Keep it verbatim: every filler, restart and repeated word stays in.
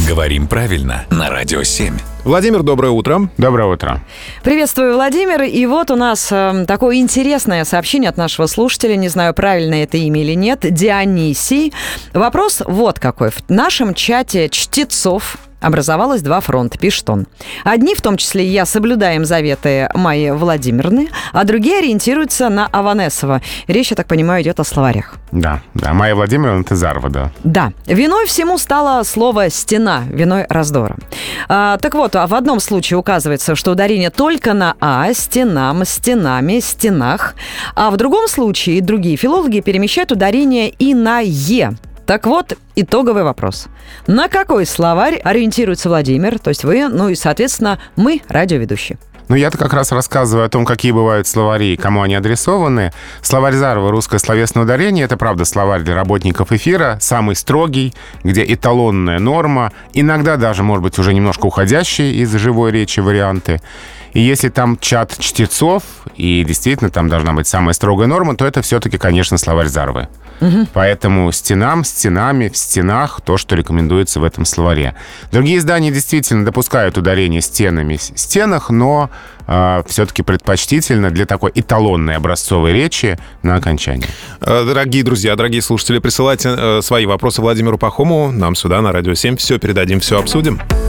Говорим правильно на Радио семь. Владимир, доброе утро. Доброе утро. Приветствую, Владимир. И вот у нас э, такое интересное сообщение от нашего слушателя. Не знаю, правильно это имя или нет. Дионисий. Вопрос вот какой. В нашем чате чтецов образовалось два фронта, пишет он. Одни, в том числе и я, соблюдаем заветы Майи Владимировны, а другие ориентируются на Аванесова. Речь, я так понимаю, идет о словарях. Да, да, Майя Владимировна Тезарова, да. Да. Виной всему стало слово «стена», виной раздора. А, так вот, а в одном случае указывается, что ударение только на «а», «стенам», «стенами», «стенах», а в другом случае и другие филологи перемещают ударение и на «е». Так вот, итоговый вопрос. На какой словарь ориентируется Владимир, то есть вы, ну и, соответственно, мы, радиоведущие? Ну, я-то как раз рассказываю о том, какие бывают словари и кому они адресованы. Словарь Зарова «Русское словесное ударение» — это, правда, словарь для работников эфира, самый строгий, где эталонная норма, иногда даже, может быть, уже немножко уходящие из живой речи варианты. И если там чат чтецов, и действительно там должна быть самая строгая норма, то это все-таки, конечно, словарь Заровы. Угу. Поэтому стенам, стенами, в стенах — то, что рекомендуется в этом словаре. Другие издания действительно допускают ударение стенами в стенах, но э, все-таки предпочтительно для такой эталонной образцовой речи на окончании. Дорогие друзья, дорогие слушатели, присылайте э, свои вопросы Владимиру Пахомову нам сюда, на Радио семь. Все передадим, все обсудим.